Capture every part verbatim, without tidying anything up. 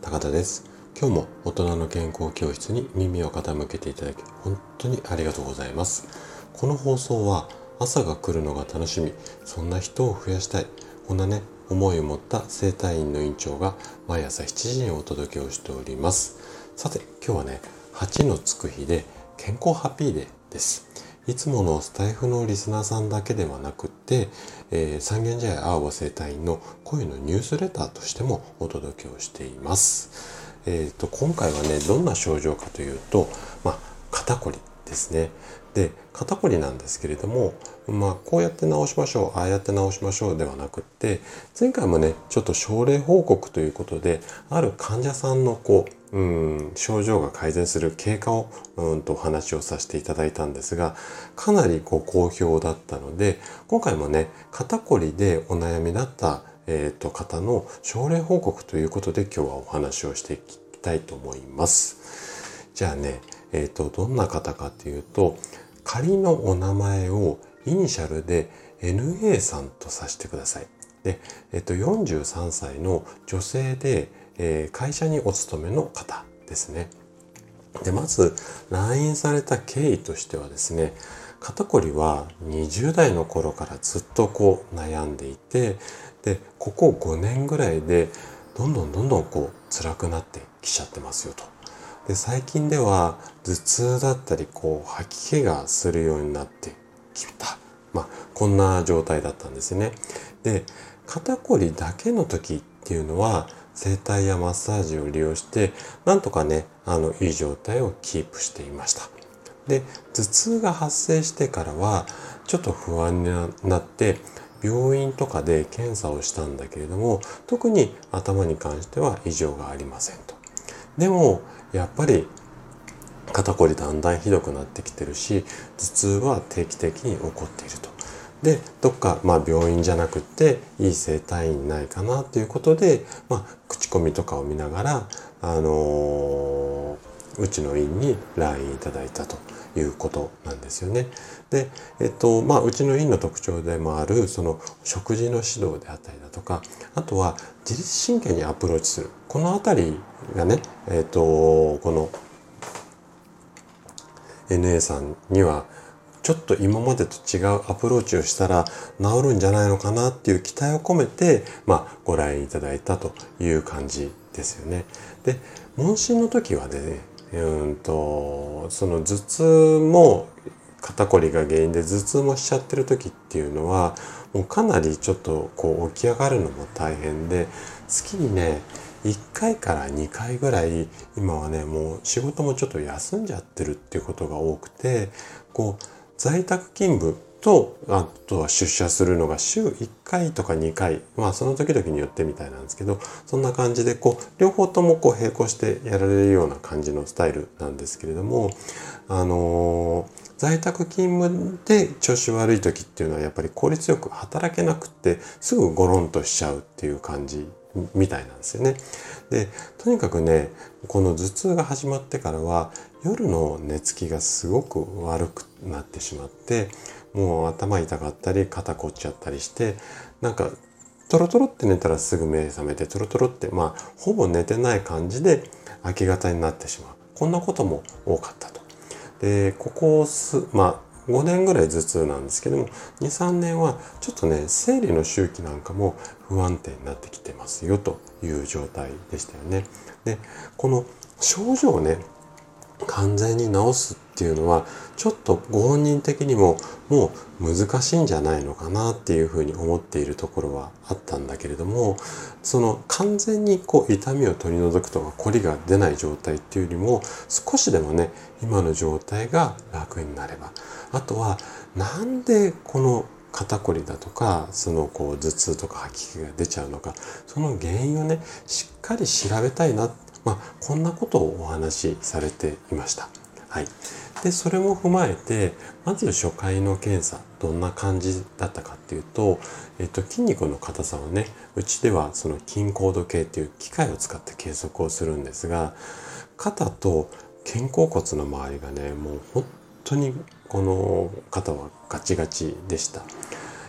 高田です。今日も大人の健康教室に耳を傾けていただき本当にありがとうございます。この放送は朝が来るのが楽しみ、そんな人を増やしたい、こんなね思いを持った整体院の院長が毎朝しちじにお届けをしております。さて今日はねはちのつく日で健康ハッピーデーです。いつものスタイフのリスナーさんだけではなくって、えー、三軒茶屋青葉整体院の声のニュースレターとしてもお届けをしています。えーと、今回はね、どんな症状かというと、まあ、肩こりですね。で、肩こりなんですけれども、まあ、こうやって治しましょう、ああやって治しましょうではなくって、前回もね、ちょっと症例報告ということで、ある患者さんのこう、うん症状が改善する経過をうんとお話をさせていただいたんですが、かなりこう好評だったので、今回もね、肩こりでお悩みだったえー、と方の症例報告ということで今日はお話をしていきたいと思います。じゃあね、えー、とどんな方かというと、仮のお名前をイニシャルで エヌエー さんとさせてください。で、えー、とよんじゅうさんさいの女性で、えー、会社にお勤めの方ですね。で、まず来院された経緯としてはですね、肩こりはにじゅう代の頃からずっとこう悩んでいて、でここごねんぐらいでどんどんどんどんこう辛くなってきちゃってますよと。で最近では頭痛だったりこう吐き気がするようになってきた、まあこんな状態だったんですね。で肩こりだけの時っていうのは整体やマッサージを利用してなんとかねあのいい状態をキープしていました。で頭痛が発生してからはちょっと不安になって病院とかで検査をしたんだけれども、特に頭に関しては異常がありませんと。でもやっぱり肩こりだんだんひどくなってきてるし、頭痛は定期的に起こっていると。でどっか、まあ、病院じゃなくっていい整体院ないかなということで、まあ、口コミとかを見ながら、あのー、うちの院に来院いただいたということなんですよね。で、えっと、まあ、うちの院の特徴でもある、その食事の指導であったりだとか、あとは自律神経にアプローチする。このあたりがね、えっと、この エヌエー さんには、ちょっと今までと違うアプローチをしたら治るんじゃないのかなっていう期待を込めて、まあ、ご来院いただいたという感じですよね。で、問診の時はね、うんと、その頭痛も肩こりが原因で頭痛もしちゃってる時っていうのは、もうかなりちょっとこう起き上がるのも大変で、月にね、いっかいからにかいぐらい、今はね、もう仕事もちょっと休んじゃってるっていうことが多くて、こう、在宅勤務と、あとは出社するのが週いっかいとかにかい、まあその時々によってみたいなんですけど、そんな感じでこう、両方ともこう並行してやられるような感じのスタイルなんですけれども、あのー、在宅勤務で調子悪い時っていうのはやっぱり効率よく働けなくってすぐゴロンとしちゃうっていう感じみたいなんですよね。で、とにかくね、この頭痛が始まってからは夜の寝つきがすごく悪くなってしまって、もう頭痛かったり肩凝っちゃったりして、なんかトロトロって寝たらすぐ目覚めてトロトロってまあほぼ寝てない感じで明け方になってしまう。こんなことも多かったと。で、ここす、まあごねんぐらい頭痛なんですけども、に、さんねんはちょっとね、生理の周期なんかも不安定になってきてますよという状態でしたよね。で、この症状をね、完全に治すっていうのはちょっとご本人的にももう難しいんじゃないのかなっていうふうに思っているところはあったんだけれども、その完全にこう痛みを取り除くとか凝りが出ない状態っていうよりも少しでもね今の状態が楽になれば、あとはなんでこの肩こりだとかそのこう頭痛とか吐き気が出ちゃうのか、その原因をねしっかり調べたいな、まあ、こんなことをお話しされていました。はい。で、それも踏まえて、まず初回の検査、どんな感じだったかっていうと、えっと、筋肉の硬さをね、うちではその筋高度計っていう機械を使って計測をするんですが、肩と肩甲骨の周りがね、もう本当にこの肩はガチガチでした。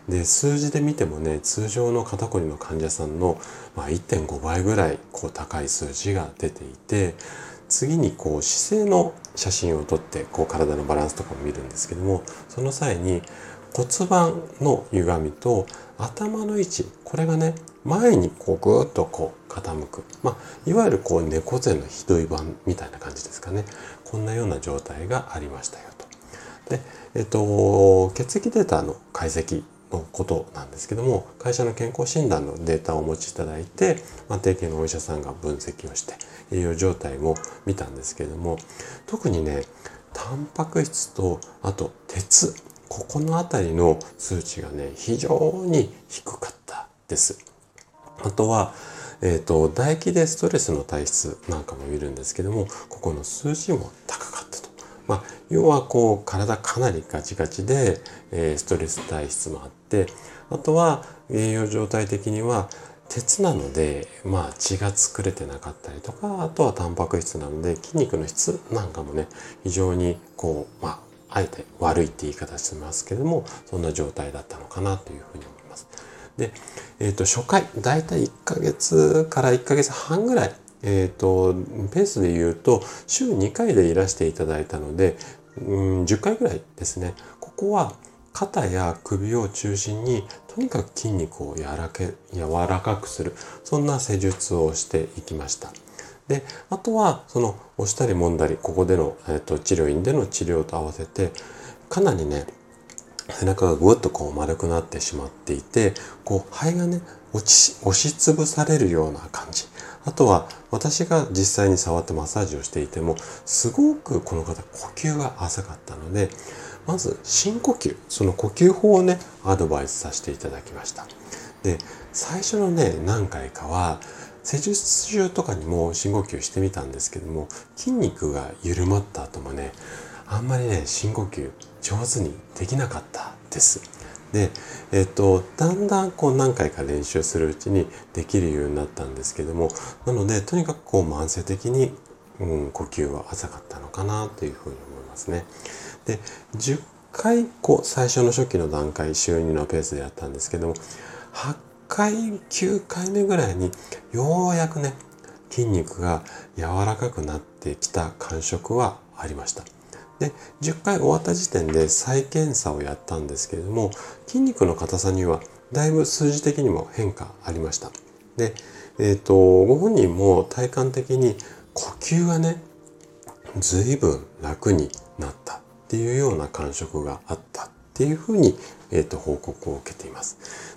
で数字で見てもね、通常の肩こりの患者さんの、まあ、いってんごばいぐらいこう高い数字が出ていて、次にこう姿勢の写真を撮ってこう体のバランスとかも見るんですけども、その際に骨盤の歪みと頭の位置、これがね前にこうぐーっとこう傾く、まあ、いわゆるこう猫背のひどい版みたいな感じですかね。こんなような状態がありましたよと。で、えっと、血液データの解析のことなんですけども、会社の健康診断のデータをお持ちいただいて、まあ、定型のお医者さんが分析をして栄養状態も見たんですけれども、特にねタンパク質とあと鉄、ここのあたりの数値がね非常に低かったです。あとは、えーと、唾液でストレスの体質なんかも見るんですけども、ここの数字も高かったと。まあ、要はこう体かなりガチガチで、えー、ストレス体質もあって、あとは栄養状態的には鉄なので、まあ、血が作れてなかったりとか、あとはタンパク質なので筋肉の質なんかもね非常にこう、まあ、あえて悪いって言い方してますけども、そんな状態だったのかなというふうに思います。で、えー、と初回だいたいいっかげつからいっかげつはんぐらい、えー、とペースで言うと週にかいでいらしていただいたので、うん、じゅっかいぐらいですね。ここは肩や首を中心にとにかく筋肉を柔らけ柔らかくする、そんな施術をしていきました。で、あとはその押したり揉んだり、ここでの、えー、と治療院での治療と合わせてかなりね背中がぐっとこう丸くなってしまっていて、こう肺がね落ち押しつぶされるような感じ。あとは私が実際に触ってマッサージをしていてもすごくこの方呼吸が浅かったので、まず深呼吸、その呼吸法をねアドバイスさせていただきました。で、最初のね何回かは施術中とかにも深呼吸してみたんですけども、筋肉が緩まった後もねあんまりね深呼吸上手にできなかったです。で、えっとだんだんこう何回か練習するうちにできるようになったんですけども、なのでとにかくこう慢性的に、うん、呼吸は浅かったのかなというふうに思いますね。で、じゅっかいこう最初の初期の段階週にのペースでやったんですけども、はちかいきゅうかいめぐらいにようやくね筋肉が柔らかくなってきた感触はありました。で、じゅっかい終わった時点で再検査をやったんですけれども、筋肉の硬さにはだいぶ数字的にも変化ありました。で、えっとご本人も体感的に呼吸がね随分楽になったっていうような感触があったっていうふうに、えー、と報告を受けています。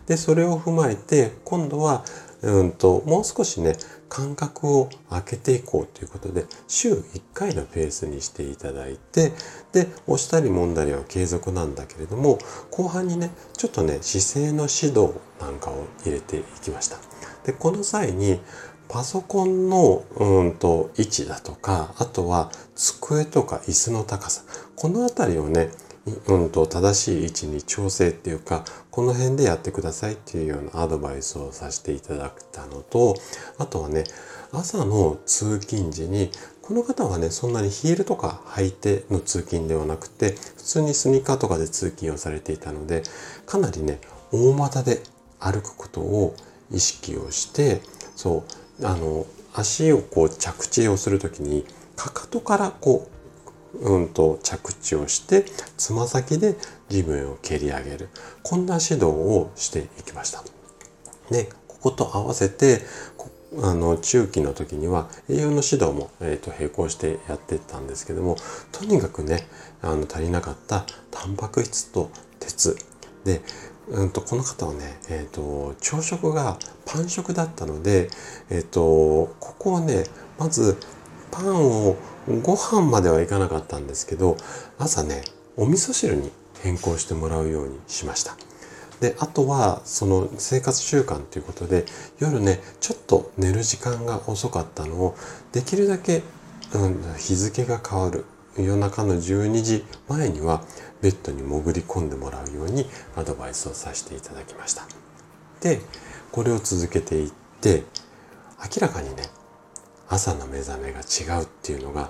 で、それを踏まえて今度はうんともう少しね間隔を空けていこうということで週いっかいのペースにしていただいて、で押したり揉んだりは継続なんだけれども、後半にねちょっとね姿勢の指導なんかを入れていきました。で、この際にパソコンのうんと位置だとか、あとは机とか椅子の高さ、このあたりをねうんと正しい位置に調整っていうか、この辺でやってくださいっていうようなアドバイスをさせていただいたのと、あとはね朝の通勤時にこの方はねそんなにヒールとか履いての通勤ではなくて普通にスニーカーとかで通勤をされていたので、かなりね大股で歩くことを意識をして、そうあの足をこう着地をするときにかかとからこううんと着地をしてつま先で地面を蹴り上げる、こんな指導をしていきました。で、ここと合わせてあの中期の時には栄養の指導も、えー、と並行してやってったんですけども、とにかくねあの足りなかったタンパク質と鉄で、うんとこの方はね、えー、と朝食がパン食だったので、えー、とここはねまずパンをご飯まではいかなかったんですけど、朝ねお味噌汁に変更してもらうようにしました。で、あとはその生活習慣ということで夜ねちょっと寝る時間が遅かったのをできるだけ、うん、日付が変わる夜中のじゅうにじまえにはベッドに潜り込んでもらうようにアドバイスをさせていただきました。で、これを続けていって明らかにね朝の目覚めが違うっていうのが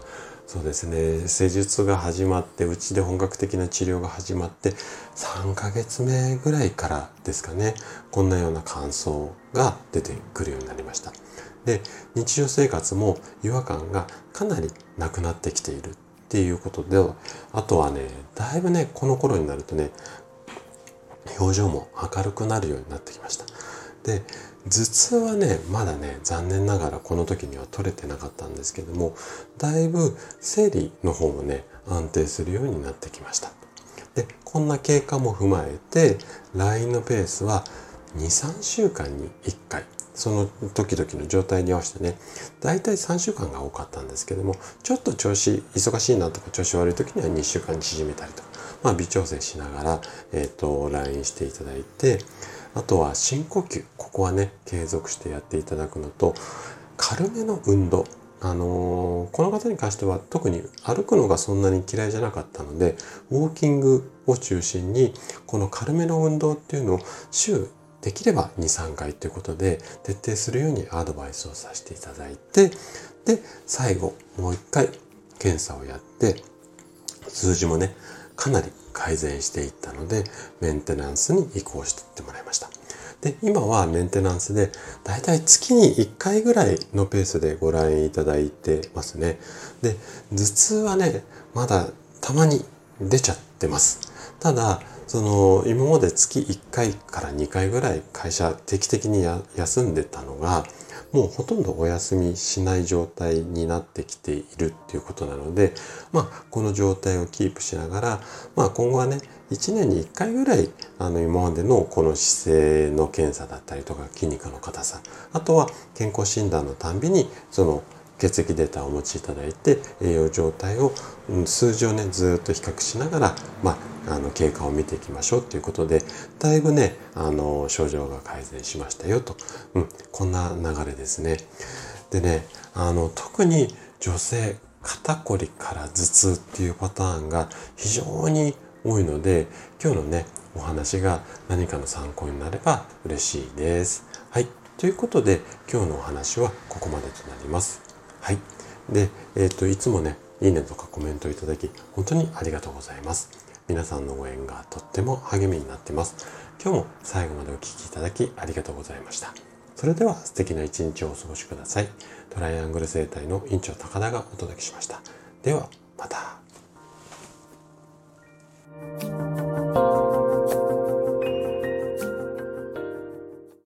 そうですね、施術が始まって、うちで本格的な治療が始まってさんかげつめぐらいからですかね、こんなような感想が出てくるようになりました。で、日常生活も違和感がかなりなくなってきているっていうことで、あとはね、だいぶね、この頃になるとね、表情も明るくなるようになってきました。で、頭痛はね、まだね、残念ながらこの時には取れてなかったんですけども、だいぶ生理の方もね、安定するようになってきました。で、こんな経過も踏まえて、ライン のペースはに、さんしゅうかんにいっかい、その時々の状態に合わせてね、だいたいさんしゅうかんが多かったんですけども、ちょっと調子、忙しいなとか調子悪い時にはにしゅうかんに縮めたりとか、まあ微調整しながら、えっと、ライン していただいて、あとは深呼吸、ここはね、継続してやっていただくのと、軽めの運動。あのー、この方に関しては特に歩くのがそんなに嫌いじゃなかったので、ウォーキングを中心に、この軽めの運動っていうのを週できればに、さんかいということで徹底するようにアドバイスをさせていただいて、で、最後もう一回検査をやって、数字もね、かなり改善していったので、メンテナンスに移行していってもらいました。で、今はメンテナンスで、だいたい月にいっかいぐらいのペースでご覧いただいてますね。で、頭痛はね、まだたまに出ちゃってます。ただ、その、今まで月いっかいからにかいぐらい会社定期的にや休んでたのが、もうほとんどお休みしない状態になってきているっていうことなので、まあ、この状態をキープしながら、まあ、今後はね、いちねんにいっかいぐらい、あの、今までのこの姿勢の検査だったりとか、筋肉の硬さ、あとは健康診断のたんびに、その、血液データをお持ちいただいて、栄養状態を、うん、数字をね、ずっと比較しながら、まあ、あの、経過を見ていきましょうということで、だいぶね、あの、症状が改善しましたよと、うん、こんな流れですね。でね、あの、特に女性、肩こりから頭痛っていうパターンが非常に多いので、今日のね、お話が何かの参考になれば嬉しいです。はい。ということで、今日のお話はここまでとなります。はい。で、えっと、いつもね、いいねとかコメントいただき、本当にありがとうございます。皆さんの応援がとっても励みになってます。今日も最後までお聞きいただきありがとうございました。それでは素敵な一日をお過ごしください。トライアングル生態の院長高田がお届けしました。では、また。